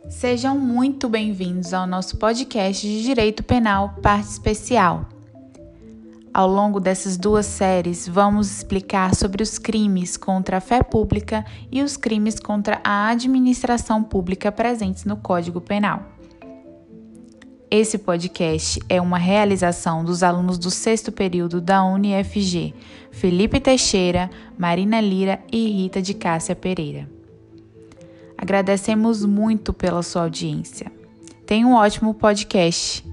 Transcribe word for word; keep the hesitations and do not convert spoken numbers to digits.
Sejam muito bem-vindos ao nosso podcast de Direito Penal, parte especial. Ao longo dessas duas séries, vamos explicar sobre os crimes contra a fé pública e os crimes contra a administração pública presentes no Código Penal. Esse podcast é uma realização dos alunos do sexto período da U N I F G, Felipe Teixeira, Marina Lira e Rita de Cássia Pereira. Agradecemos muito pela sua audiência. Tenha um ótimo podcast.